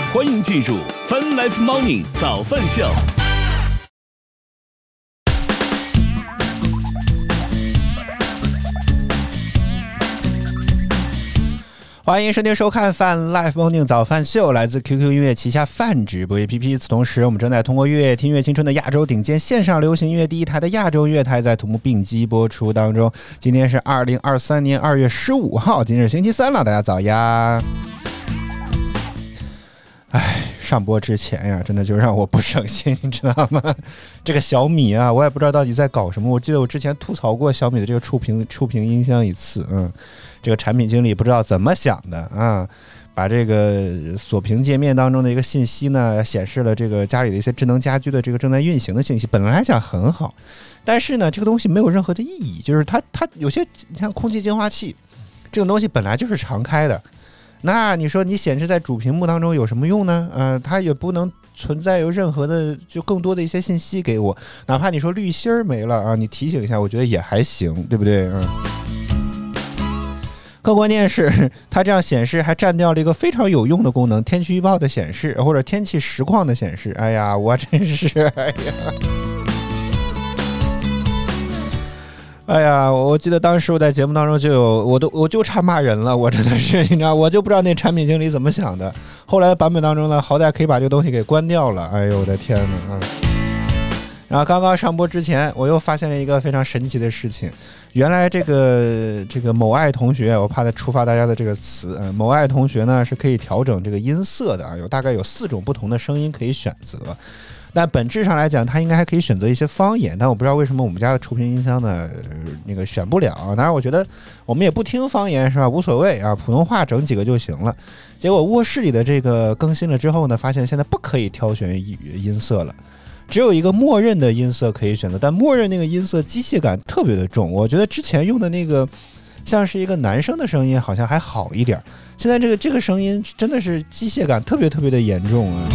欢迎进入 Fun Life Morning 早饭秀。 欢迎收听收看 Fun Life Morning 早饭秀，来自 QQ 音乐旗下泛直播 APP。此同时，我们正在通过乐听乐青春的亚洲顶尖线上流行音乐第一台的亚洲音乐台，在同步并机播出当中。今天是2023年2月15号，今日星期三了，大家早呀！上播之前呀，真的就让我不省心，你知道吗？这个小米啊，我也不知道到底在搞什么。我记得我之前吐槽过小米的这个触屏音箱一次，这个产品经理不知道怎么想的啊，把这个锁屏界面当中的一个信息呢，显示了这个家里的一些智能家居的这个正在运行的信息，本来来讲很好，但是呢，这个东西没有任何的意义，就是它有些，你像空气净化器这种东西本来就是常开的。那你说你显示在主屏幕当中有什么用呢？它也不能存在有任何的就更多的一些信息给我，哪怕你说滤芯没了啊，你提醒一下，我觉得也还行，对不对？更关键是它这样显示还占掉了一个非常有用的功能，天气预报的显示或者天气实况的显示。哎呀，我真是哎呀，我记得当时我在节目当中就有，我就差骂人了，我真的是，你知道，我就不知道那产品经理怎么想的。后来的版本当中呢，好歹可以把这个东西给关掉了。哎呦我的天哪！然后刚刚上播之前，我又发现了一个非常神奇的事情，原来这个某爱同学，我怕他触发大家的这个词，某爱同学呢是可以调整这个音色的啊，大概有4种不同的声音可以选择。但本质上来讲，它应该还可以选择一些方言，但我不知道为什么我们家的触屏音箱呢，那个选不了。当然，我觉得我们也不听方言是吧？无所谓啊，普通话整几个就行了。结果卧室里的这个更新了之后呢，发现现在不可以挑选音色了，只有一个默认的音色可以选择，但默认那个音色机械感特别的重。我觉得之前用的那个像是一个男生的声音好像还好一点，现在这个声音真的是机械感特别特别的严重啊。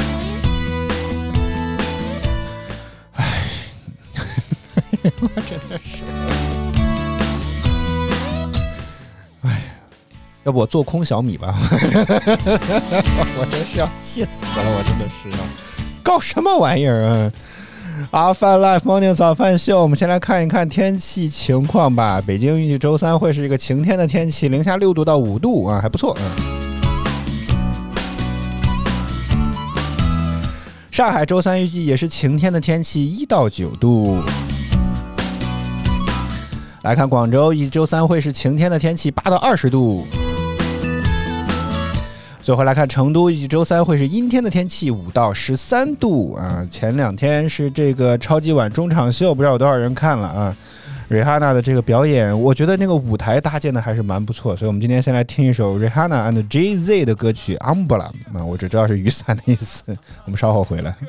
我真的是，要不我做空小米吧？我真是要气死了，我真的是要搞什么玩意儿啊！Fun Life Morning 早饭秀，我们先来看一看天气情况吧。北京预计周三会是一个晴天的天气，零下6度到5度啊，还不错。上海周三预计也是晴天的天气，1到9度。来看广州，一周三会是晴天的天气，8到20度。最后来看成都，一周三会是阴天的天气，5到13度啊。前2天是这个超级碗中场秀，不知道有多少人看了啊。Rihanna 的这个表演，我觉得那个舞台搭建的还是蛮不错，所以我们今天先来听一首 Rihanna and Jay-Z 的歌曲 Umbrella 啊，我只知道是雨伞的意思。我们稍后回来。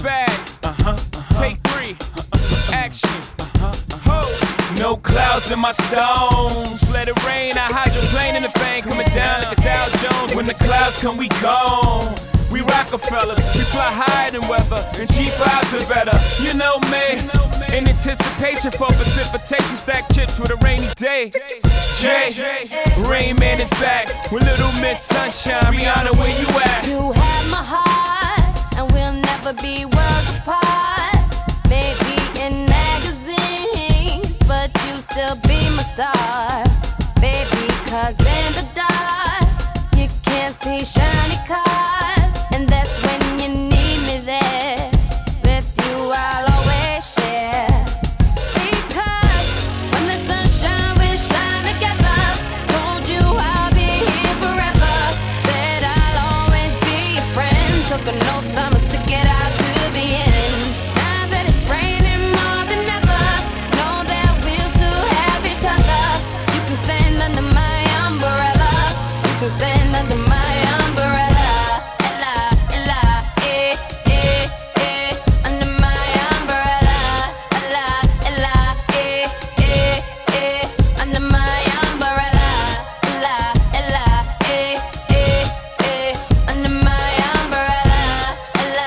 No clouds in my stones. Let it rain, I hydroplane in the bank, coming down like a Dow Jones. When the clouds come, we gone. We Rockefellers, we fly higher than weather, and cheap vibes are better. You know me, in anticipation for precipitation, stack chips with a rainy day. Jay, Rain Man is back with Little Miss Sunshine. Rihanna, where you at? You have my heart, and we'll never be worlds apart. Maybe in magazines, but you still be my star, baby, 'cause in the dark you can't see shiny cars, and that's when you need me there. With you I'll always share, because when the sunshine we shine together. Told you I'll be here forever, said I'll always be your friend. Took an oath I'ma stick it out to the end. Now that it's raining more than ever, know that we'll still have each other. You can stand under my umbrella, you can stand under my umbrella. Ella, Ella, under my umbrella. Ella, Ella, under my umbrella. Ella, Ella, under my umbrella. Ella,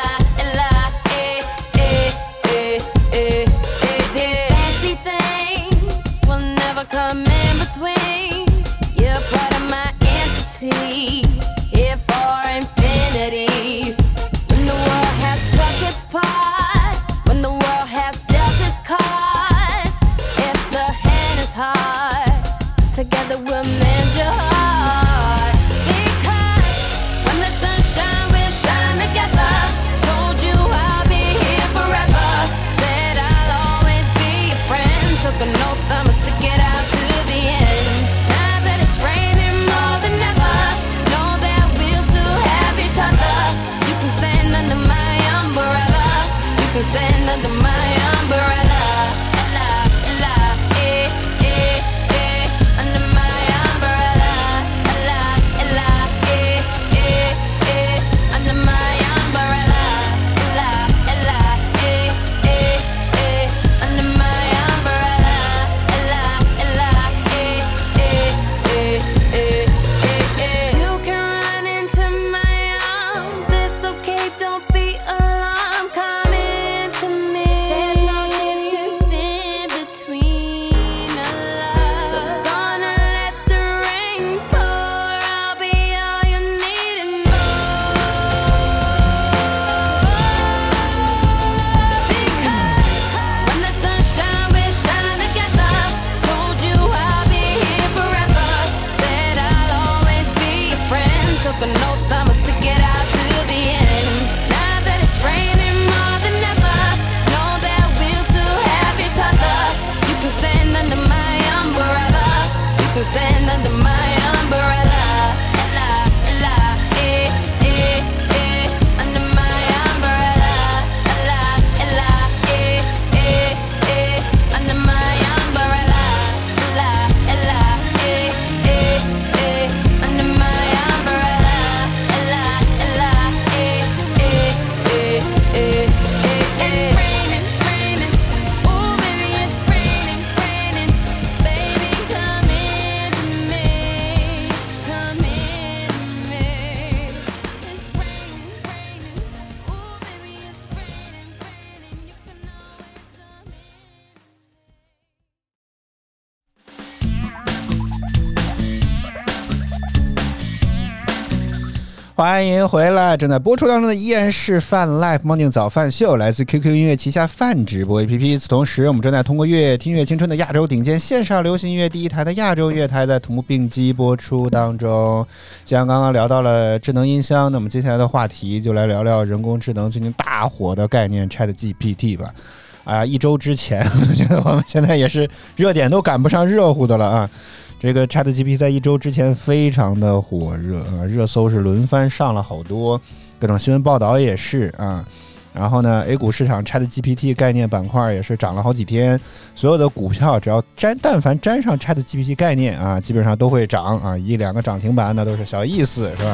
欢迎回来！正在播出当中的依然是泛 Live Morning 早饭秀，来自 QQ 音乐旗下泛直播 APP。与此同时，我们正在通过乐听乐青春的亚洲顶尖线上流行音乐第一台的亚洲乐台，在同步并机播出当中。像刚刚聊到了智能音箱，那么接下来的话题就来聊聊人工智能最近大火的概念 ChatGPT 吧。一周之前，我觉得我们现在也是热点都赶不上热乎的了啊。这个 ChatGPT 在1周之前非常的火热啊，热搜是轮番上了好多，各种新闻报道也是啊。然后呢 ，A 股市场 ChatGPT 概念板块也是涨了好几天，所有的股票只要但凡沾上 ChatGPT 概念啊，基本上都会涨啊，1-2个涨停板那都是小意思，是吧？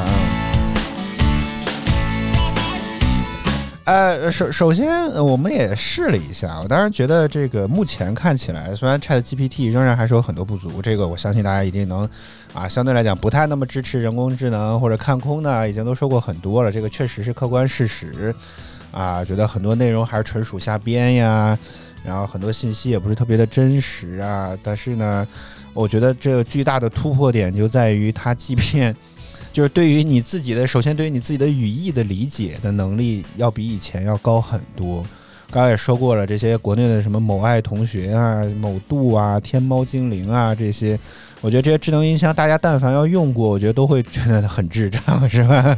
首先我们也试了一下，我当然觉得这个目前看起来，虽然 ChatGPT 仍然还是有很多不足，这个我相信大家一定能相对来讲不太那么支持人工智能或者看空呢，已经都说过很多了，这个确实是客观事实觉得很多内容还是纯属瞎编呀，然后很多信息也不是特别的真实但是呢，我觉得这个巨大的突破点就在于它即便就是对于你自己的，首先对于你自己的语义的理解的能力要比以前要高很多。刚才也说过了，这些国内的什么某爱同学某度天猫精灵这些，我觉得这些智能音箱大家但凡要用过，我觉得都会觉得很智障，是吧？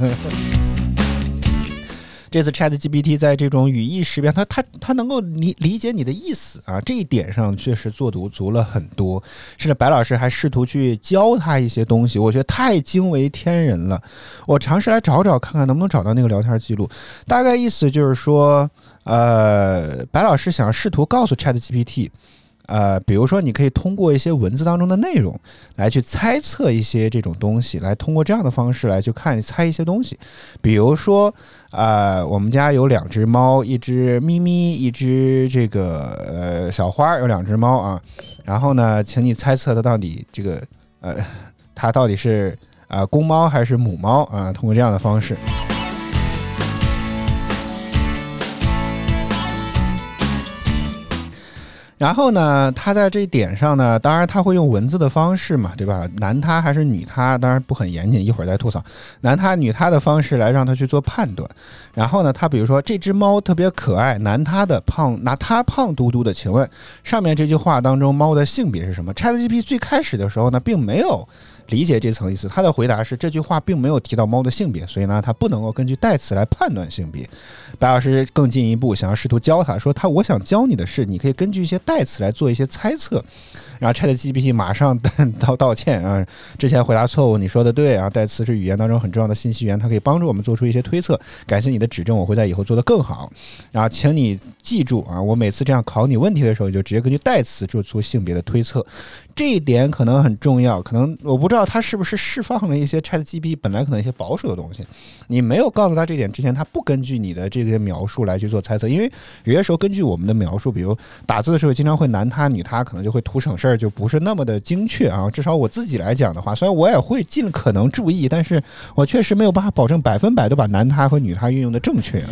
这次 ChatGPT 在这种语义识别，它能够理解你的意思这一点上确实做足了很多，甚至白老师还试图去教他一些东西，我觉得太惊为天人了。我尝试来找看看能不能找到那个聊天记录，大概意思就是说，白老师想试图告诉 ChatGPT。比如说你可以通过一些文字当中的内容来去猜测一些这种东西，来通过这样的方式来去猜一些东西。比如说我们家有2只猫，一只咪咪，一只这个小花，有2只猫然后呢，请你猜测它到底这个它到底是公猫还是母猫通过这样的方式。然后呢，他在这一点上呢，当然他会用文字的方式嘛，对吧？男他还是女他，当然不很严谨，一会儿再吐槽。男他女他的方式来让他去做判断。然后呢，他比如说这只猫特别可爱，男他的胖，拿它胖嘟嘟的，请问上面这句话当中猫的性别是什么？ ChatGPT 最开始的时候呢，并没有理解这层意思，他的回答是这句话并没有提到猫的性别，所以呢，他不能够根据代词来判断性别。白老师更进一步想要试图教他说，我想教你的是，你可以根据一些代词来做一些猜测。然后 ChatGPT 马上道歉之前回答错误，你说的对代词是语言当中很重要的信息源，它可以帮助我们做出一些推测，感谢你的指正，我会在以后做得更好。然后请你记住我每次这样考你问题的时候，你就直接根据代词做出性别的推测，这一点可能很重要。可能我不知道他是不是释放了一些 ChatGPT 本来可能一些保守的东西，你没有告诉他这点之前，他不根据你的这个描述来去做猜测，因为有些时候根据我们的描述，比如打字的时候经常会男他女他，可能就会图省事儿，就不是那么的精确至少我自己来讲的话，虽然我也会尽可能注意，但是我确实没有办法保证100%都把男他和女他运用的正确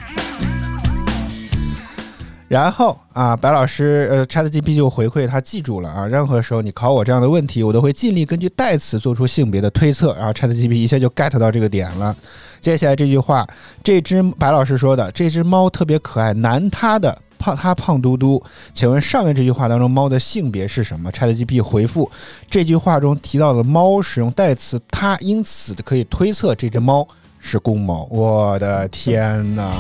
然后白老师ChatGPT 就回馈他记住了任何时候你考我这样的问题，我都会尽力根据代词做出性别的推测。然后 ChatGPT 一下就 get 到这个点了。接下来这句话，白老师说的这只猫特别可爱，男它的它胖嘟嘟，请问上面这句话当中猫的性别是什么？ ChatGPT 回复，这句话中提到的猫使用代词它，因此可以推测这只猫是公猫。我的天哪，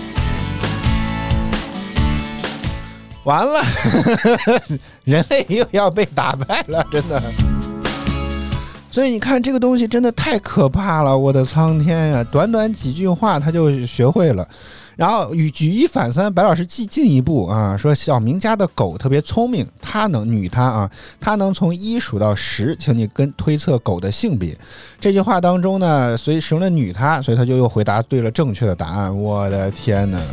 完了人类又要被打败了，真的。所以你看这个东西真的太可怕了，我的苍天呀，短短几句话他就学会了。然后举一反三，白老师进一步说小明家的狗特别聪明，它能从1数到10，请你推测狗的性别。这句话当中呢，所以使用了女它，所以他就又回答对了正确的答案。我的天哪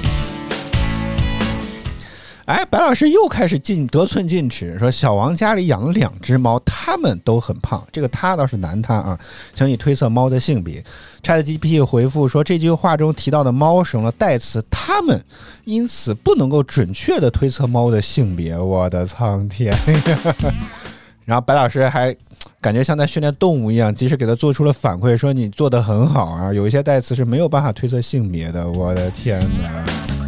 白老师又开始得寸进尺，说小王家里养了2只猫，它们都很胖，这个他倒是男他请你推测猫的性别。ChatGPT 回复说，这句话中提到的猫使用了代词它们，因此不能够准确的推测猫的性别。我的苍天然后白老师还感觉像在训练动物一样，即使给它做出了反馈，说你做得很好啊，有一些代词是没有办法推测性别的。我的天哪！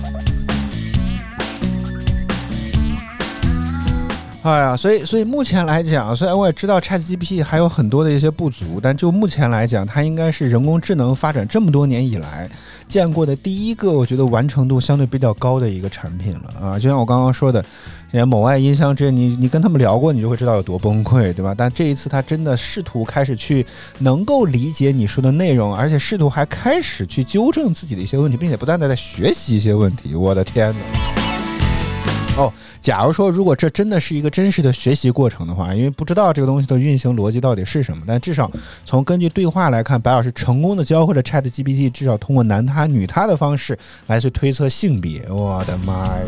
哎呀，所以目前来讲，虽然我也知道 ChatGPT 还有很多的一些不足，但就目前来讲，它应该是人工智能发展这么多年以来见过的第一个我觉得完成度相对比较高的一个产品了啊！就像我刚刚说的，某爱音箱这你跟他们聊过，你就会知道有多崩溃，对吧？但这一次他真的试图开始去能够理解你说的内容，而且试图还开始去纠正自己的一些问题，并且不断的在学习一些问题。我的天哪！假如说如果这真的是一个真实的学习过程的话，因为不知道这个东西的运行逻辑到底是什么，但至少从根据对话来看，白老师成功的教会了 ChatGPT 至少通过男他女他的方式来去推测性别。我的妈呀！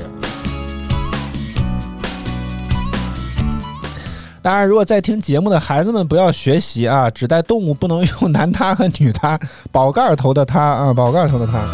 当然如果在听节目的孩子们不要学习啊，指代动物不能用男他和女他，宝盖头的他啊，宝盖头的他。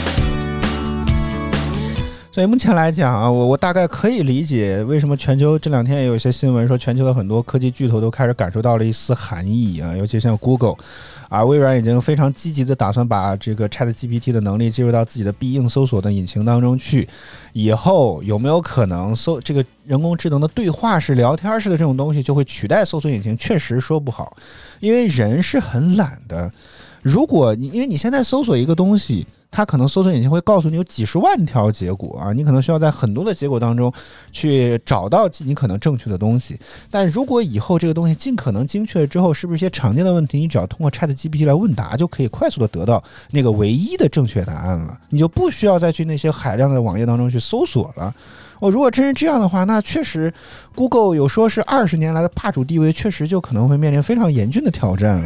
所以目前来讲啊，我大概可以理解为什么全球这两天也有一些新闻说，全球的很多科技巨头都开始感受到了一丝寒意啊，尤其像 Google 啊，微软已经非常积极的打算把这个 ChatGPT 的能力接入到自己的必应搜索的引擎当中去。以后有没有可能这个人工智能的对话式、聊天式的这种东西就会取代搜索引擎？确实说不好，因为人是很懒的。如果因为你现在搜索一个东西，它可能搜索引擎会告诉你有几十万条结果啊，你可能需要在很多的结果当中去找到你可能正确的东西。但如果以后这个东西尽可能精确之后，是不是一些常见的问题，你只要通过 ChatGPT 来问答，就可以快速的得到那个唯一的正确答案了？你就不需要再去那些海量的网页当中去搜索了。如果真是这样的话，那确实 Google 有说是20年来的霸主地位，确实就可能会面临非常严峻的挑战。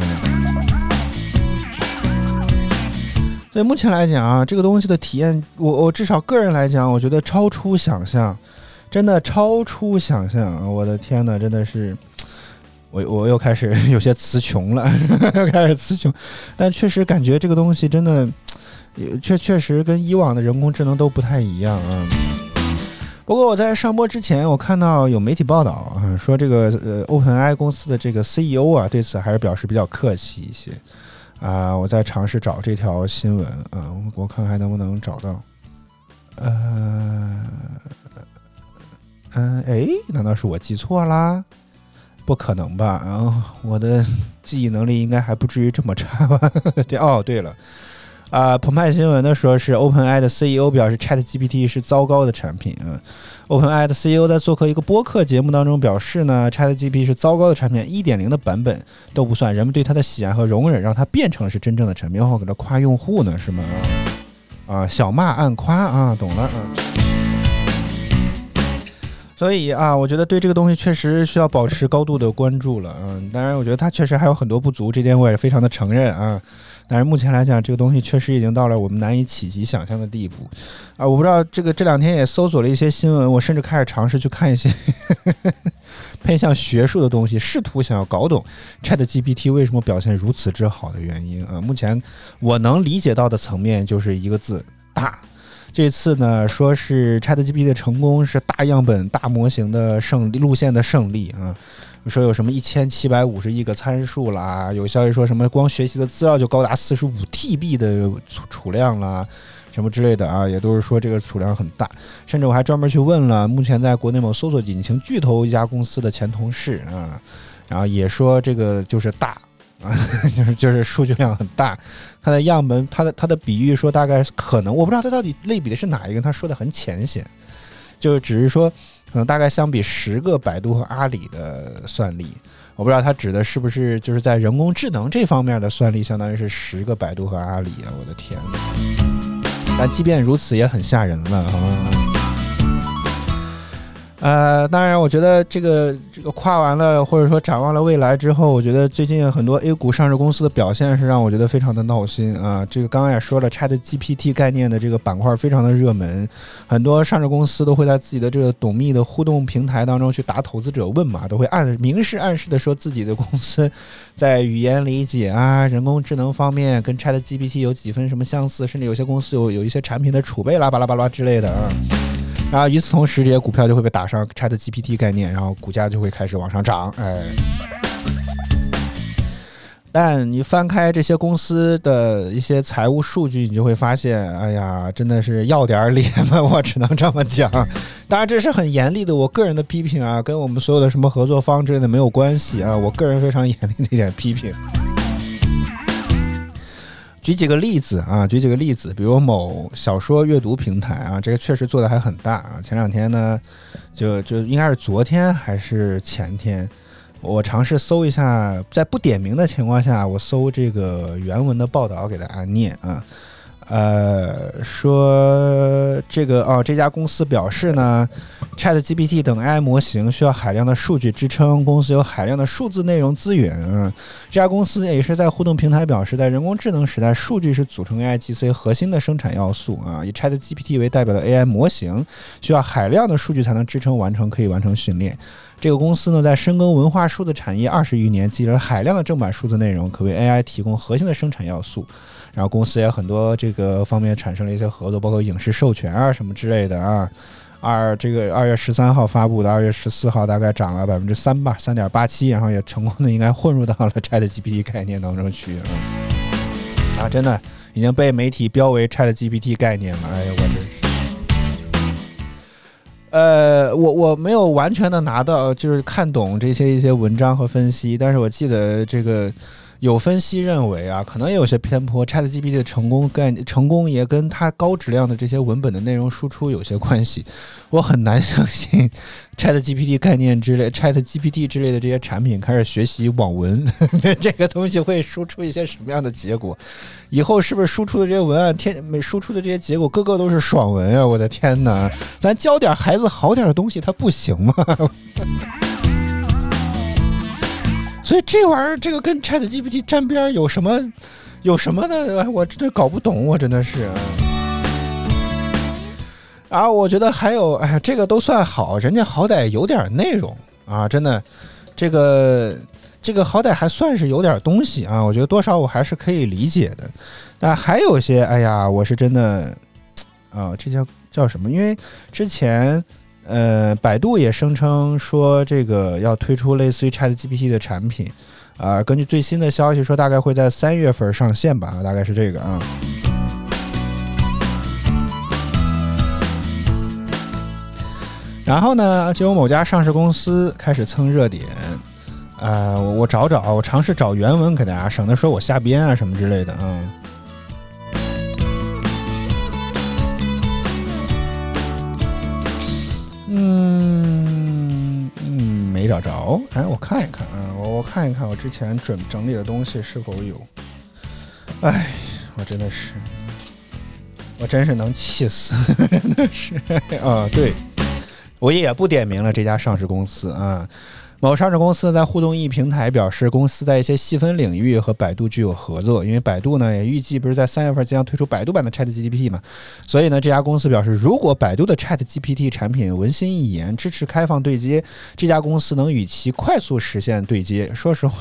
所以目前来讲啊，这个东西的体验，我至少个人来讲，我觉得超出想象，真的超出想象。我的天哪，真的是，我又开始有些词穷了，又开始词穷。但确实感觉这个东西真的，确实跟以往的人工智能都不太一样啊。不过我在上播之前，我看到有媒体报道啊，说这个OpenAI 公司的这个 CEO 啊，对此还是表示比较客气一些。我在尝试找这条新闻啊，我看还能不能找到。难道是我记错啦？不可能吧？我的记忆能力应该还不至于这么差吧？对了，澎湃新闻的说是 OpenAI 的 CEO 表示 ChatGPT 是糟糕的产品啊。OpenAI 的 CEO 在做客一个播客节目当中表示呢 ，ChatGPT 是糟糕的产品 1.0 的版本都不算，人们对它的喜爱和容忍让它变成了是真正的产品，然后给它夸用户呢，是吗？小骂暗夸啊，懂了啊。所以啊，我觉得对这个东西确实需要保持高度的关注了啊。当然，我觉得它确实还有很多不足，这点我也非常的承认啊。但是目前来讲，这个东西确实已经到了我们难以企及想象的地步啊！我不知道这两天也搜索了一些新闻，我甚至开始尝试去看一些偏向学术的东西，试图想要搞懂 ChatGPT 为什么表现如此之好的原因啊！目前我能理解到的层面就是一个字：大。这次呢，说是 ChatGPT 的成功是大样本、大模型的路线的胜利啊。说有什么1750亿个参数啦，有消息说什么光学习的资料就高达45 TB 的储量啦，什么之类的啊，也都是说这个储量很大。甚至我还专门去问了目前在国内某搜索引擎巨头一家公司的前同事啊，然后也说这个就是大啊，就是数据量很大。它的样本，它的比喻说大概可能，我不知道它到底类比的是哪一个，他说的很浅显，就只是说可能大概相比10个百度和阿里的算力，我不知道它指的是不是就是在人工智能这方面的算力，相当于是10个百度和阿里啊！我的天哪！但即便如此也很吓人了啊！当然我觉得这个夸完了或者说展望了未来之后，我觉得最近很多 A 股上市公司的表现是让我觉得非常的闹心啊。这个刚刚也说了 ChatGPT 概念的这个板块非常的热门，很多上市公司都会在自己的这个董秘的互动平台当中去答投资者问嘛，都会明示暗示的说自己的公司在语言理解啊、人工智能方面跟 ChatGPT 有几分什么相似，甚至有些公司有一些产品的储备啦巴拉巴拉之类的啊。然后与此同时，这些股票就会被打上 ChatGPT 概念，然后股价就会开始往上涨。 但你翻开这些公司的一些财务数据，你就会发现，哎呀，真的是要点脸吧，我只能这么讲。当然这是很严厉的我个人的批评啊，跟我们所有的什么合作方之类的没有关系啊，我个人非常严厉的一点批评。举几个例子，比如某小说阅读平台啊，这个确实做的还很大啊。前两天呢，就应该是昨天还是前天，我尝试搜一下，在不点名的情况下，我搜这个原文的报道给大家念啊。说这个这家公司表示呢 ，ChatGPT 等 AI 模型需要海量的数据支撑，公司有海量的数字内容资源。这家公司也是在互动平台表示，在人工智能时代，数据是组成 AIGC 核心的生产要素啊。以 ChatGPT 为代表的 AI 模型需要海量的数据才能支撑可以完成训练。这个公司呢，在深耕文化数字产业20余年，积累了海量的正版数字内容，可为 AI 提供核心的生产要素。然后公司也很多这个方面产生了一些合作，包括影视授权啊什么之类的啊。这个2月13号发布的，2月14号大概涨了3%吧，3.87%，然后也成功的应该混入到了 ChatGPT 概念当中去啊，真的已经被媒体标为 ChatGPT 概念了。哎呀，我真是。我没有完全的拿到，就是看懂这些一些文章和分析，但是我记得这个有分析认为啊，可能也有些偏颇 ，ChatGPT 的成功也跟它高质量的这些文本的内容输出有些关系。我很难相信 ChatGPT 概念之类 ，ChatGPT 之类的这些产品开始学习网文，这个东西会输出一些什么样的结果？以后是不是输出的这些文案，输出的这些结果，个个都是爽文啊！我的天哪，咱教点孩子好点的东西，它不行吗？所以这玩意儿，这个跟 ChatGPT 沾边有什么的？我真的搞不懂，我真的是。啊，我觉得还有，哎呀，这个都算好，人家好歹有点内容啊，真的，这个好歹还算是有点东西啊，我觉得多少我还是可以理解的。但还有些，哎呀，我是真的，这叫什么？因为之前。百度也声称说这个要推出类似于 ChatGPT 的产品，根据最新的消息说大概会在3月份上线吧，大概是这个啊。然后呢，就有某家上市公司开始蹭热点，我尝试找原文给大家，省得说我瞎编啊什么之类的啊。没找着，哎，我看一看啊，我看一看我之前整理的东西是否有。哎，我真是能气死，真的是啊！对，我也不点名了这家上市公司啊。某上市公司在互动易平台表示，公司在一些细分领域和百度具有合作，因为百度呢也预计不是在3月份即将推出百度版的 ChatGPT 嘛，所以呢这家公司表示，如果百度的 ChatGPT 产品文心一言，支持开放对接，这家公司能与其快速实现对接。说实话，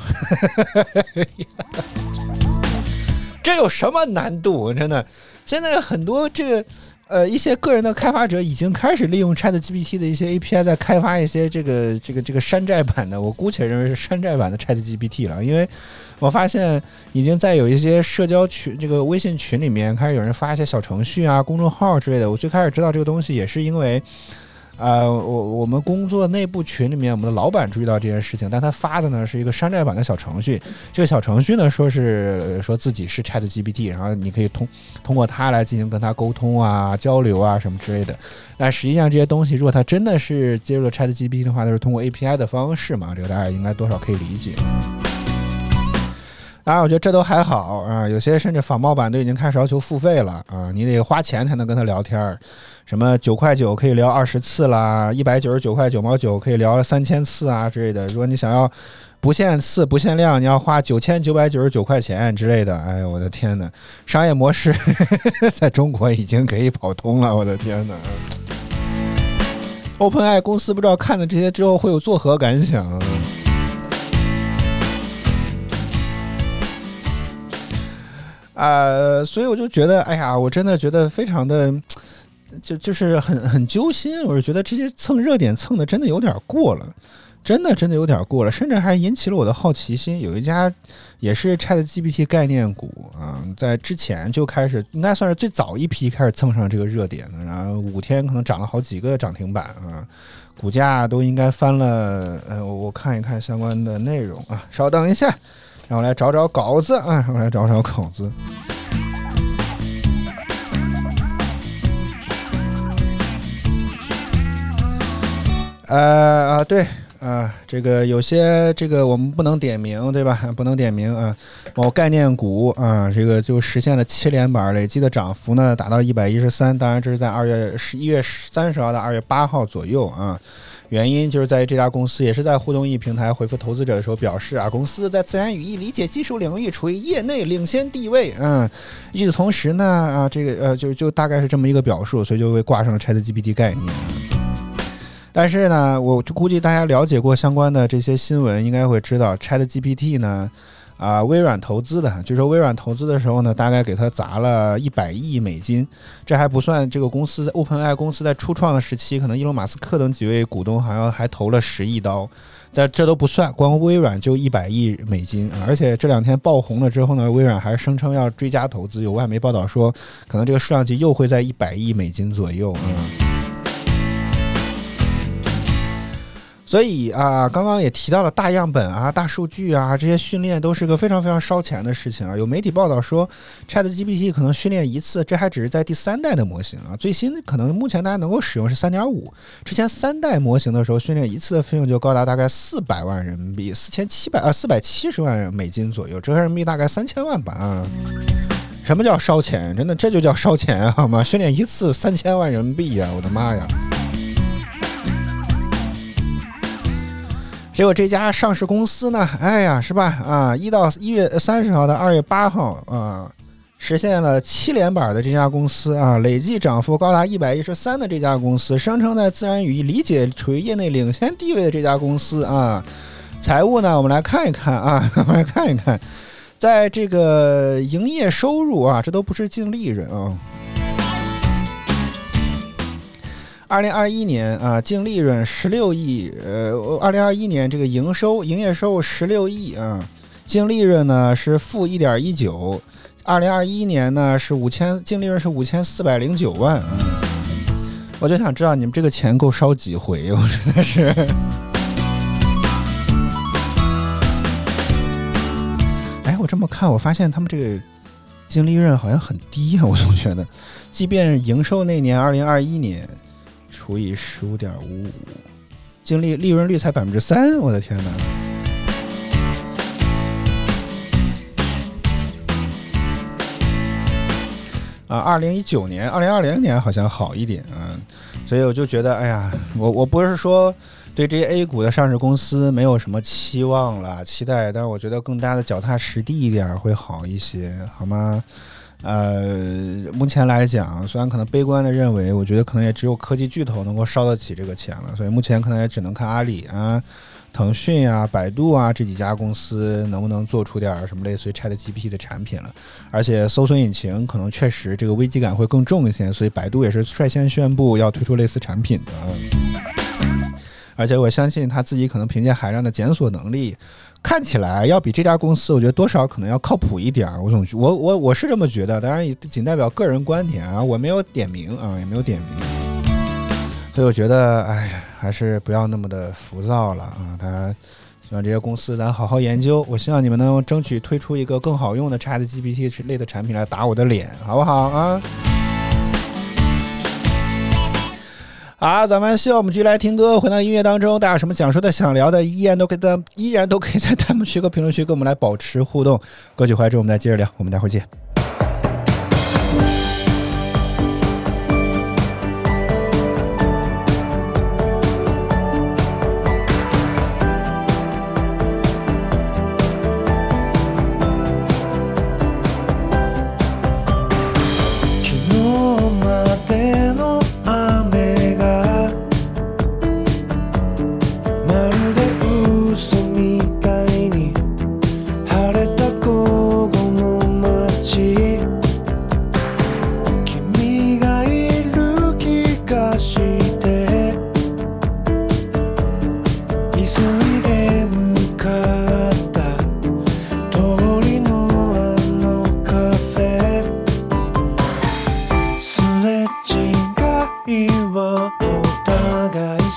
这有什么难度？真的，现在很多这个。一些个人的开发者已经开始利用 ChatGPT 的一些 API 在开发一些这个山寨版的，我姑且认为是山寨版的 ChatGPT 了，因为我发现已经在有一些社交群，这个微信群里面开始有人发一些小程序啊、公众号之类的。我最开始知道这个东西也是因为。我们工作内部群里面，我们的老板注意到这件事情，但他发的呢是一个山寨版的小程序。这个小程序呢说自己是 ChatGPT， 然后你可以通过它来进行跟他沟通啊、交流啊什么之类的。但实际上这些东西，如果它真的是接入了 ChatGPT 的话，都是通过 API 的方式嘛，这个大家应该多少可以理解。当然，我觉得这都还好啊，有些甚至仿冒版都已经开始要求付费了啊，你得花钱才能跟他聊天，什么9.9块可以聊20次啦，199块9毛9可以聊3000次啊之类的。如果你想要不限次不限量，你要花9999块钱之类的。哎呦，我的天哪！商业模式在中国已经可以跑通了，我的天哪 ！OpenAI 公司不知道看了这些之后会有作何感想？所以我就觉得，哎呀，我真的觉得非常的，就是很揪心。我是觉得这些蹭热点蹭的真的有点过了。 真的有点过了，甚至还引起了我的好奇心。有一家也是 ChatGPT 概念股啊，在之前就开始，应该算是最早一批开始蹭上这个热点的，然后5天可能涨了好几个涨停板啊，股价都应该翻了。我看一看相关的内容啊，稍等一下，让我来找找稿子啊，让我来找找稿子。对。这个有些这个我们不能点名，对吧？不能点名啊。某概念股啊，这个就实现了7连板，累计的涨幅呢达到113。当然，这是在1月30号到2月8号左右啊。原因就是在这家公司也是在互动易平台回复投资者的时候表示啊，公司在自然语义理解技术领域处于业内领先地位。与此同时呢，这个就大概是这么一个表述，所以就会挂上了 ChatGPT 概念。但是呢，我就估计大家了解过相关的这些新闻，应该会知道 ChatGPT 呢，微软投资的，据说微软投资的时候呢，大概给他砸了100亿美金，这还不算这个公司 OpenAI 公司在初创的时期，可能伊隆马斯克等几位股东好像还投了10亿刀，这都不算，光微软就100亿美金啊！而且这2天爆红了之后呢，微软还声称要追加投资，有外媒报道说，可能这个数量级又会在100亿美金左右啊。所以刚刚也提到了大样本啊、大数据啊，这些训练都是个非常非常烧钱的事情啊。有媒体报道说 ChatGPT 可能训练一次，这还只是在第3代的模型啊，最新可能目前大家能够使用是 3.5， 之前3代模型的时候训练一次的费用就高达大概400万人民币，470万美金左右，折合人民币大概3000万吧啊。什么叫烧钱？真的这就叫烧钱好吗？训练一次3000万人民币呀，我的妈呀！结果这家上市公司呢，是吧1月30号到2月8号实现了7连板的这家公司累计涨幅高达113的这家公司，声称在自然语义理解处于业内领先地位的这家公司财务呢，我们来看一看在这个营业收入这都不是净利润2021年净利润16亿，2021年这个营业收入16亿净利润呢是负1.19， 2021年呢是净利润是5409万我就想知道你们这个钱够烧几回，我真的是。我这么看，我发现他们这个净利润好像很低我总觉得，即便营收那年2021年。除以15.55， 净利润率才3%，我的天哪！2019年、2020年好像好一点所以我就觉得，我不是说对这些 A 股的上市公司没有什么期望了、期待，但是我觉得更加的脚踏实地一点会好一些，好吗？目前来讲，虽然可能悲观的认为，我觉得可能也只有科技巨头能够烧得起这个钱了，所以目前可能也只能看阿里腾讯百度这几家公司能不能做出点什么类似于 ChatGPT 的产品了。而且搜索引擎可能确实这个危机感会更重一些，所以百度也是率先宣布要推出类似产品的。而且我相信他自己可能凭借海量的检索能力，看起来要比这家公司我觉得多少可能要靠谱一点。我是这么觉得，当然也仅代表个人观点我没有点名也没有点名。所以我觉得还是不要那么的浮躁了大家希望这些公司咱好好研究，我希望你们能争取推出一个更好用的 ChatGPT 类的产品来打我的脸，好不好咱们希望我们继续来听歌，回到音乐当中，大家有什么想说的想聊的依然都可以在弹幕区和评论区跟我们来保持互动。歌曲回来之后我们再接着聊，我们待会儿见。 晴れた午後の街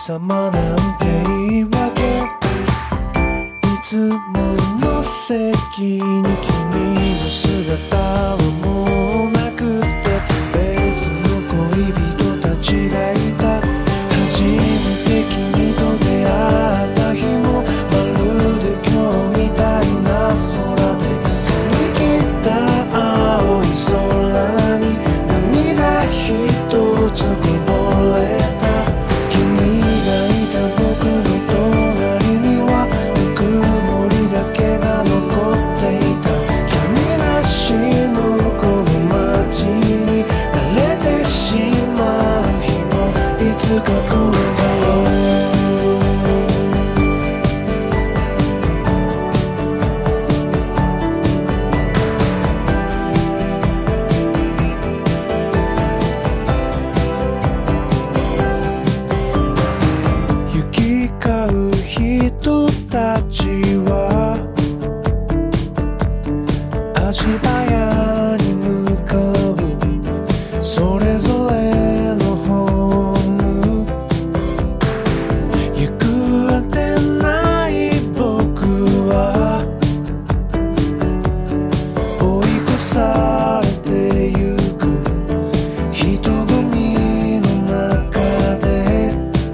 様なんて言い訳いつもの席に君の姿はもうなくて別の恋人たちがいた初めて君と出会った日もまるで今日みたいな空で澄み切った青い空に涙一つこぼれた君がいた僕の隣にはぬくもりだけが残っていた君なしのこの街に慣れてしまう日もいつか来るだろう行き交う人たちは足早に向かうそれぞれのホーム行くあてない僕は追い越されてゆく人混みの中で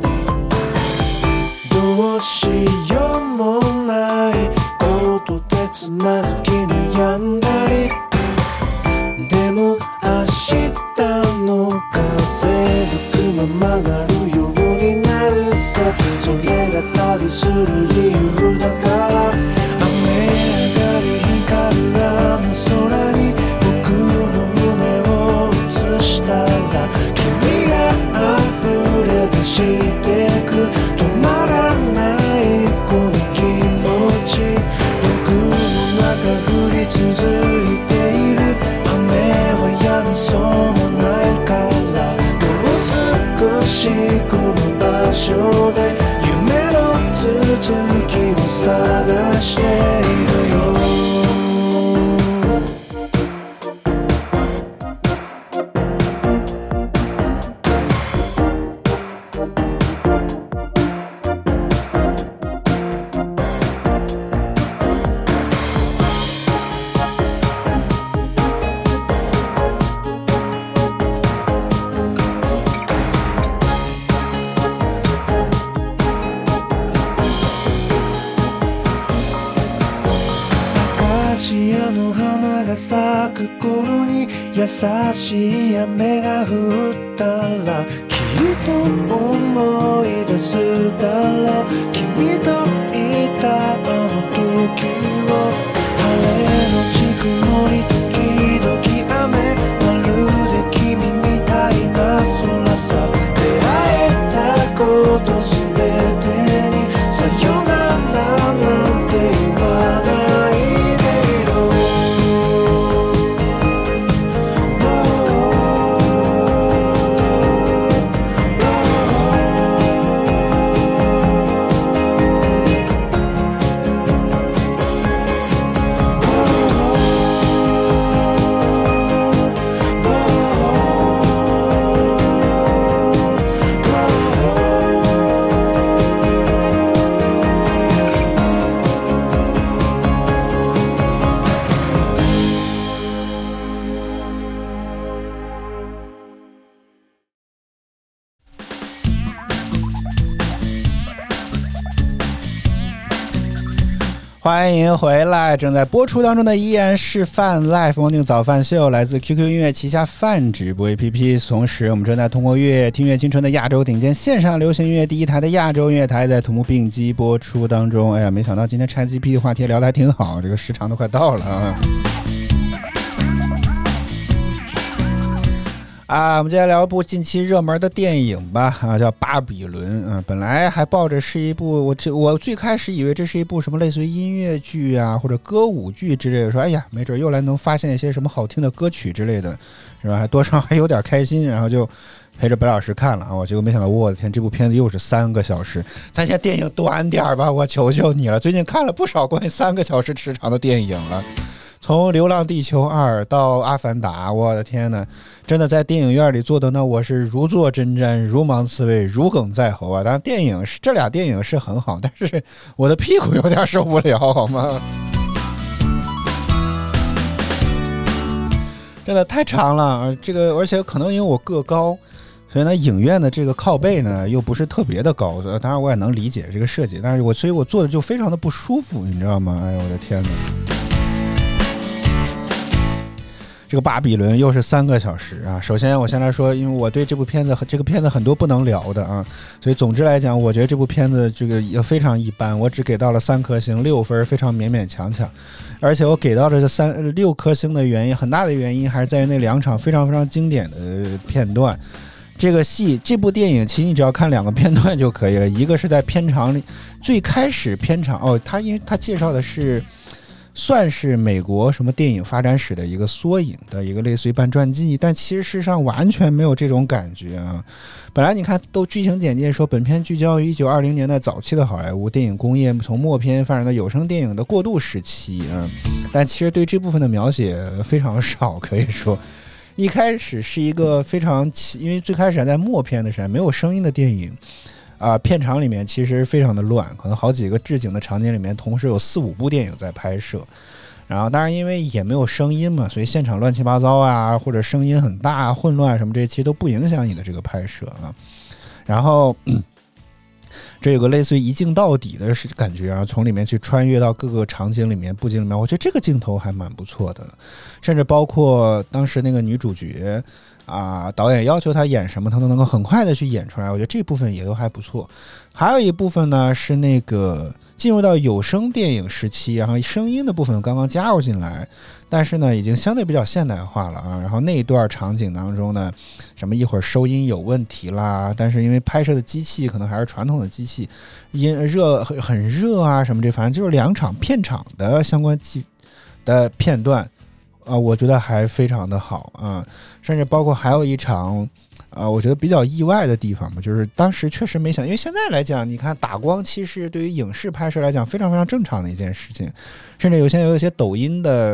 どうしようもないことでつまずき悩んだりでも明日の風吹くままなるようになるさそれが旅する理由だから雨上がり光るあの空に僕の胸を映したら君が溢れ出してく止まらないこの気持ち僕の中降り続いている雨は止みそうもないからもう少しこの場所で夢の続きを探しているよアカシアの花が咲く頃に優しい雨が降ったらきっと思い出すだろう君といたあの時を晴れのち曇り時々雨まるで君みたいな空さ出会えたことすべてにさよならなんて言わないでよ欢迎回来，正在播出当中的依然是泛 Live Morning 早饭秀，来自 QQ 音乐旗下泛直播 APP。同时，我们正在通过听乐青春的亚洲顶尖线上流行音乐第一台的亚洲音乐台，在同步并机播出当中。哎呀，没想到今天 ChatGPT 的话题聊得还挺好，这个时长都快到了啊。我们接下来聊一部近期热门的电影吧，叫《巴比伦》。本来还抱着是一部，我最开始以为这是一部什么类似于音乐剧啊或者歌舞剧之类的，说哎呀，没准又来能发现一些什么好听的歌曲之类的，是吧？多少还有点开心，然后就陪着白老师看了啊。结果没想到，我的天，这部片子又是3个小时。咱现在电影短点吧，我求求你了。最近看了不少关于3个小时时长的电影了。 从《流浪地球2》到《阿凡达》，我的天呐，真的在电影院里做的呢，我是如坐针毡，如芒刺背，如鲠在喉啊！当然，这俩电影是很好，但是我的屁股有点受不了，好吗？真的太长了，这个而且可能因为我个高。所以呢，影院的这个靠背呢又不是特别的高，当然我也能理解这个设计，但是所以我坐的就非常的不舒服，你知道吗？哎呦我的天哪！这个巴比伦又是3个小时啊！首先我先来说，因为我对这个片子很多不能聊的啊，所以总之来讲，我觉得这部片子这个也非常一般，我只给到了3颗星，6分，非常勉勉强强。而且我给到的这6颗星的原因，很大的原因还是在于那2场非常非常经典的片段。这部电影其实你只要看2个片段就可以了，一个是在片场里最开始片场因为他介绍的是算是美国什么电影发展史的一个缩影的一个类似于半传记，但其实事实上完全没有这种感觉啊。本来你看都剧情简介说本片聚焦于1920年代早期的好莱坞电影工业从默片发展到有声电影的过渡时期啊，但其实对这部分的描写非常少，可以说一开始是一个非常，因为最开始在默片的时候没有声音的电影片场里面其实非常的乱，可能好几个置景的场景里面同时有4-5部电影在拍摄，然后当然因为也没有声音嘛，所以现场乱七八糟啊，或者声音很大混乱什么，这些都不影响你的这个拍摄啊。然后这有个类似于一镜到底的感觉啊，从里面去穿越到各个场景里面布景里面，我觉得这个镜头还蛮不错的，甚至包括当时那个女主角导演要求她演什么她都能够很快的去演出来，我觉得这部分也都还不错。还有一部分呢是那个进入到有声电影时期，然后声音的部分刚刚加入进来，但是呢已经相对比较现代化了啊。然后那一段场景当中呢，什么一会儿收音有问题啦，但是因为拍摄的机器可能还是传统的机器，很热啊什么，这反正就是2场片场的相关的片段我觉得还非常的好啊。甚至包括还有一场我觉得比较意外的地方嘛，就是当时确实没想，因为现在来讲你看打光其实对于影视拍摄来讲非常非常正常的一件事情，甚至有一些抖音的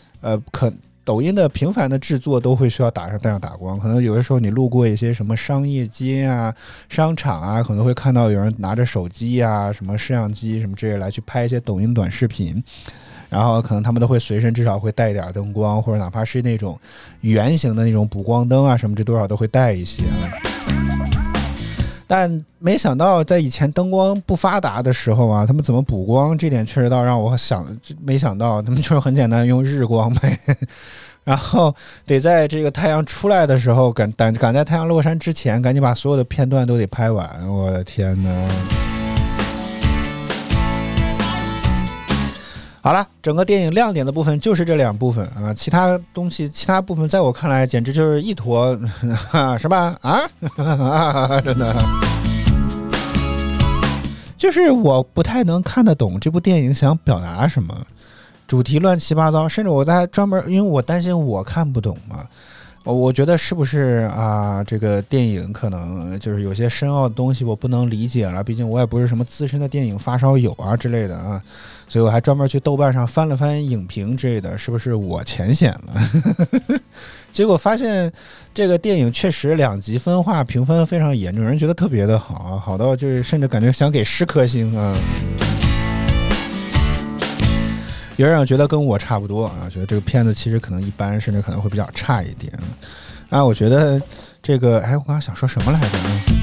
频繁的制作都会需要带上打光，可能有的时候你路过一些什么商业街啊商场啊，可能会看到有人拿着手机啊什么摄像机什么之类来去拍一些抖音短视频，然后可能他们都会随身至少会带一点灯光，或者哪怕是那种圆形的那种补光灯啊什么，这多少都会带一些但没想到在以前灯光不发达的时候啊，他们怎么补光，这点确实倒让我没想到他们就是很简单用日光呗然后得在这个太阳出来的时候赶在太阳落山之前赶紧把所有的片段都得拍完，我的天哪。好了，整个电影亮点的部分就是这2部分啊，其他部分在我看来简直就是一坨是吧真的就是我不太能看得懂这部电影想表达什么，主题乱七八糟，甚至我在专门因为我担心我看不懂嘛，我觉得是不是这个电影可能就是有些深奥的东西我不能理解了，毕竟我也不是什么资深的电影发烧友啊之类的啊，所以我还专门去豆瓣上翻了翻影评之类的，是不是我浅显了结果发现这个电影确实2极分化，评分非常严重，人觉得特别的好，好到就是甚至感觉想给10颗星啊。有人觉得跟我差不多觉得这个片子其实可能一般，甚至可能会比较差一点我觉得这个我刚刚想说什么来着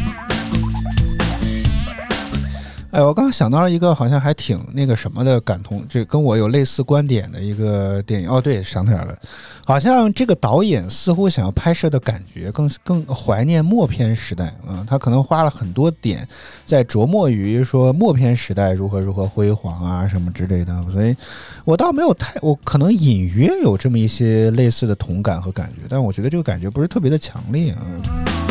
我刚刚想到了一个好像还挺那个什么的感同，这跟我有类似观点的一个电影对，想起来了，好像这个导演似乎想要拍摄的感觉更怀念默片时代他可能花了很多点在琢磨于说默片时代如何辉煌什么之类的，所以我倒没有我可能隐约有这么一些类似的同感和感觉，但我觉得这个感觉不是特别的强烈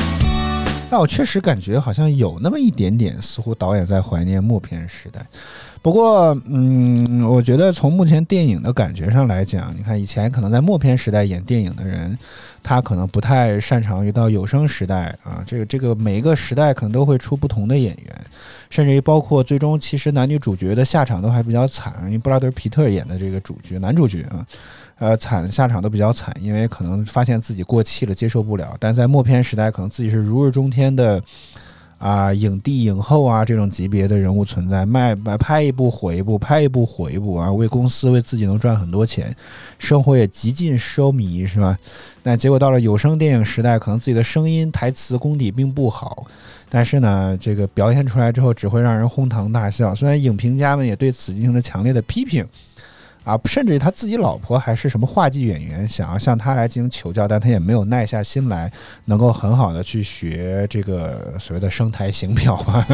但我确实感觉好像有那么一点点，似乎导演在怀念默片时代。 不过，我觉得从目前电影的感觉上来讲，你看以前可能在默片时代演电影的人，他可能不太擅长于到有声时代啊。这个每一个时代可能都会出不同的演员，甚至于包括最终其实男女主角的下场都还比较惨，因为布拉德皮特演的这个男主角啊，下场都比较惨，因为可能发现自己过气了，接受不了。但在默片时代，可能自己是如日中天的。影帝影后啊，这种级别的人物存在，拍一部火一部，拍一部火一部啊，为公司为自己能赚很多钱，生活也极尽奢靡，是吧？但结果到了有声电影时代，可能自己的声音台词功底并不好，但是呢，这个表现出来之后只会让人哄堂大笑。虽然影评家们也对此进行了强烈的批评。甚至他自己老婆还是什么话剧演员，想要向他来进行求教，但他也没有耐下心来，能够很好的去学这个所谓的声台形表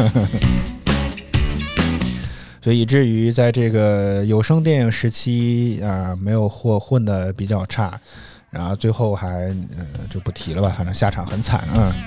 所以以至于在这个有声电影时期没有混得比较差，然后最后还就不提了吧，反正下场很惨啊。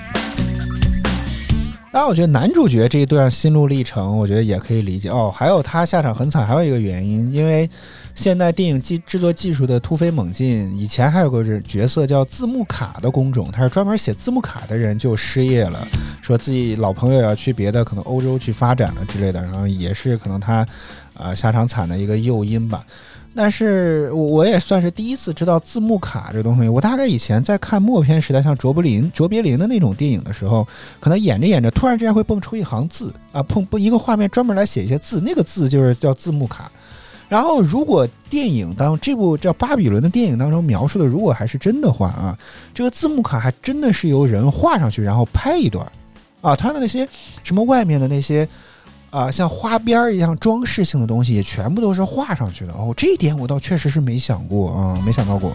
当然我觉得男主角这一段心路历程我觉得也可以理解还有他下场很惨还有一个原因，因为现代电影制作技术的突飞猛进，以前还有个角色叫字幕卡的工种，他是专门写字幕卡的人就失业了，说自己老朋友要去别的可能欧洲去发展了之类的，然后也是可能他下场惨的一个诱因吧。但是我也算是第一次知道字幕卡这个东西。我大概以前在看默片时代，像卓别林的那种电影的时候，可能演着演着突然之间会蹦出一行字一个画面专门来写一些字，那个字就是叫字幕卡。然后如果电影这部叫《巴比伦》的电影当中描述的如果还是真的话这个字幕卡还真的是由人画上去然后拍一段它的那些什么外面的那些像花边一样装饰性的东西也全部都是画上去的这一点我倒确实是没想到过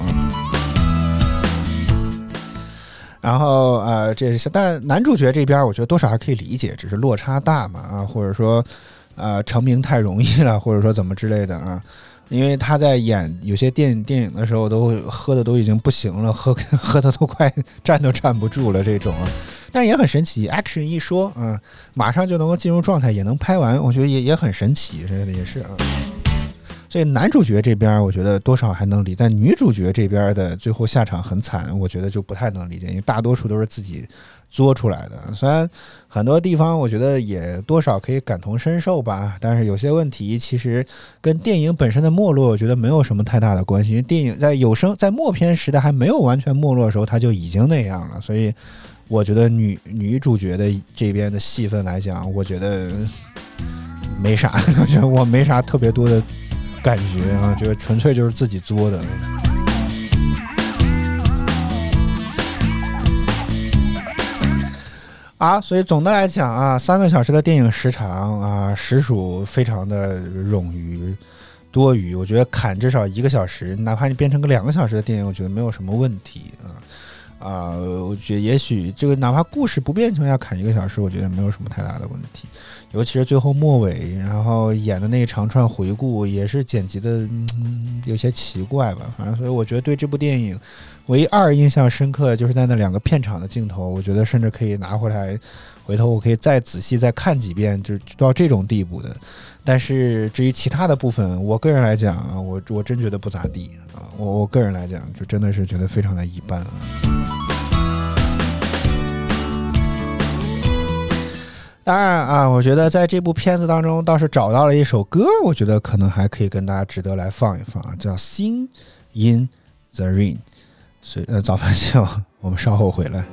然后这是但男主角这边我觉得多少还可以理解，只是落差大嘛或者说成名太容易了，或者说怎么之类的因为他在演有些电影的时候都喝的都已经不行了，喝的都快站都站不住了这种但也很神奇 ，action 一说马上就能够进入状态，也能拍完，我觉得也很神奇，这也是所以男主角这边我觉得多少还能理解，但女主角这边的最后下场很惨，我觉得就不太能理解，因为大多数都是自己作出来的。虽然很多地方我觉得也多少可以感同身受吧，但是有些问题其实跟电影本身的没落我觉得没有什么太大的关系，因为电影在默片时代还没有完全没落的时候它就已经那样了，所以我觉得女主角的这边的戏份来讲我觉得没啥，我觉得我没啥特别多的感觉觉得纯粹就是自己作的所以总的来讲3个小时的电影时长实属非常的冗余多余，我觉得砍至少1个小时，哪怕你变成个2个小时的电影我觉得没有什么问题我觉得也许这个哪怕故事不变情况下砍1个小时我觉得没有什么太大的问题，尤其是最后末尾然后演的那一长串回顾也是剪辑的有些奇怪吧，反正所以我觉得对这部电影唯一印象深刻就是在那2个片场的镜头，我觉得甚至可以拿回来回头我可以再仔细再看几遍，就到这种地步的。但是至于其他的部分我个人来讲我真觉得不咋地我个人来讲就真的是觉得非常的一般当然我觉得在这部片子当中倒是找到了一首歌，我觉得可能还可以跟大家值得来放一放叫 Sing in the Rain。 所以早饭秀我们稍后回来。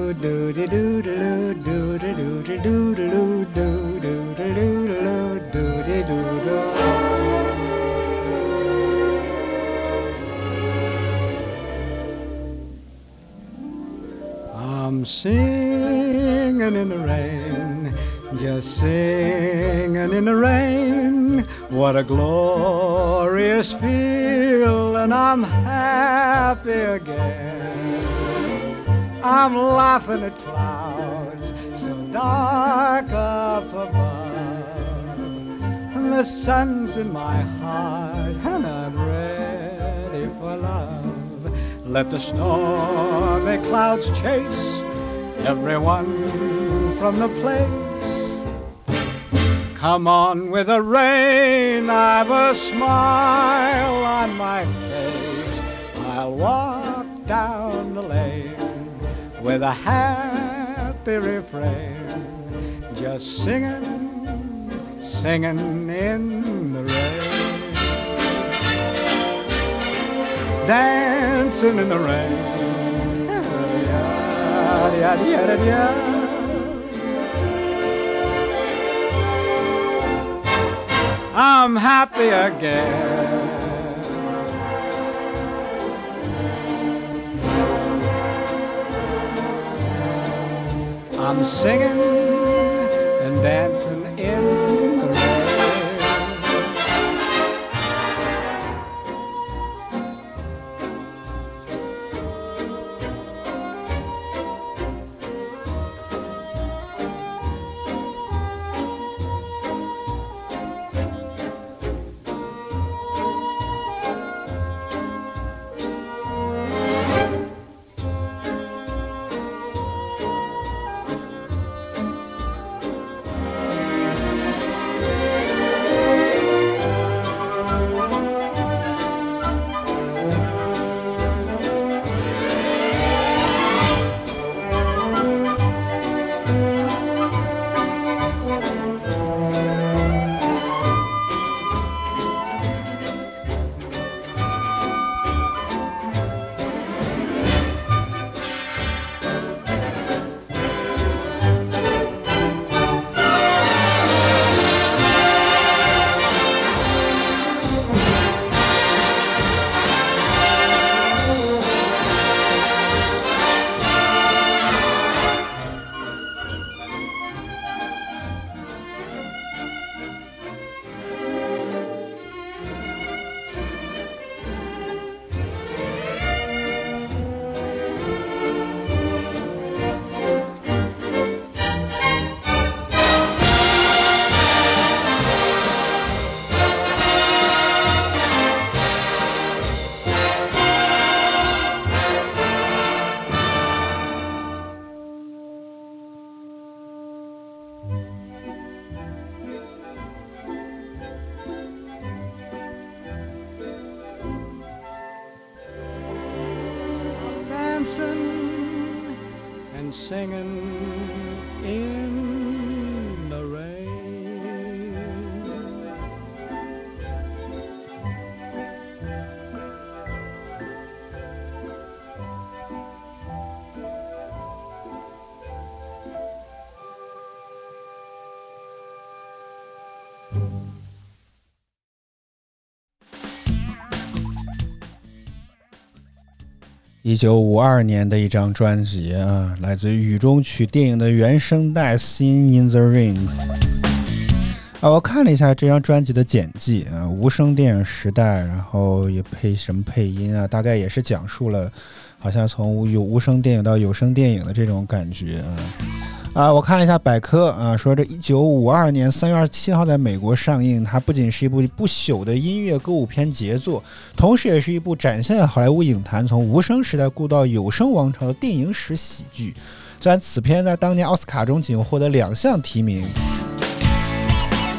I'm singing in the rain, just singing in the rain. What a glorious feeling, I'm happy again. I'm laughing at clouds so dark up above, and the sun's in my heart, and I'm ready for love. Let the stormy clouds chase everyone from the place. Come on with the rain, I've a smile on my face. I'll walk down the lane with a happy refrain, just singing, singing in the rain. Dancing in the rain. I'm happy again. I'm singing and dancing in the rain. Dancing and singing in the rain. 1952年的一张专辑啊，来自于雨中曲电影的原声带《Singing in the Rain》啊。我看了一下这张专辑的简介啊，无声电影时代，然后也配什么配音啊，大概也是讲述了好像从无声电影到有声电影的这种感觉啊。我看了一下百科啊，说这1952年3月27号在美国上映，它不仅是一部不朽的音乐歌舞片杰作，同时也是一部展现好莱坞影坛从无声时代过渡到有声王朝的电影史喜剧。虽然此片在当年奥斯卡中仅获得2项提名，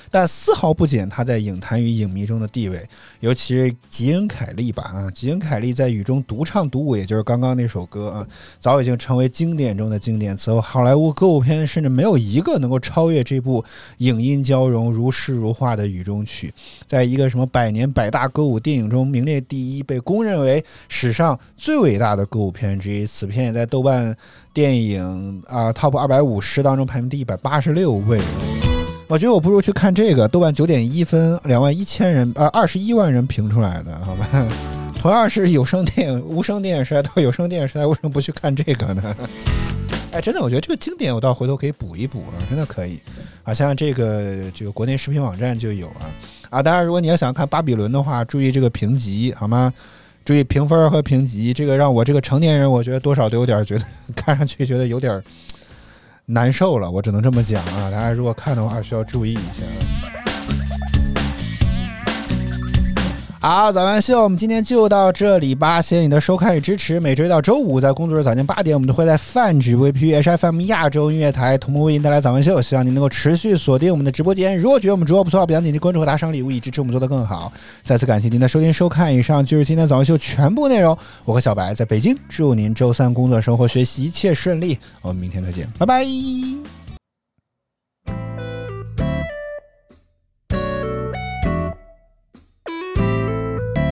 但丝毫不减他在影坛与影迷中的地位。尤其是吉恩·凯利吧，吉恩·凯利在雨中独唱独舞，也就是刚刚那首歌啊，早已经成为经典中的经典。此后好莱坞歌舞片甚至没有一个能够超越这部影音交融、如诗如画的雨中曲。在一个什么100年100大歌舞电影中名列第一，被公认为史上最伟大的歌舞片之一。此片也在豆瓣电影Top 250当中排名第186位。我觉得我不如去看这个，豆瓣9.1分，21000人21万人评出来的，好吧？同样是有声电影、无声电影时代到有声电影时代，为什么不去看这个呢？哎，真的，我觉得这个经典我到回头可以补一补了，真的可以啊！像这个国内视频网站就有啊。当然，如果你要想看巴比伦的话，注意这个评级好吗？注意评分和评级，这个让我这个成年人，我觉得多少都有点觉得看上去觉得有点难受了，我只能这么讲啊！大家如果看的话，需要注意一下。好，早安秀，我们今天就到这里吧，谢谢你的收看与支持。每周一到周五在工作日早间8点，我们都会在泛指 VP HFM 亚洲音乐台同步为您带来早安秀，希望您能够持续锁定我们的直播间。如果觉得我们直播不错，不要点击关注和打赏礼物，以支持我们做得更好。再次感谢您的收听收看，以上就是今天早安秀全部内容。我和小白在北京，祝您周三工作生活学习一切顺利，我们明天再见，拜拜。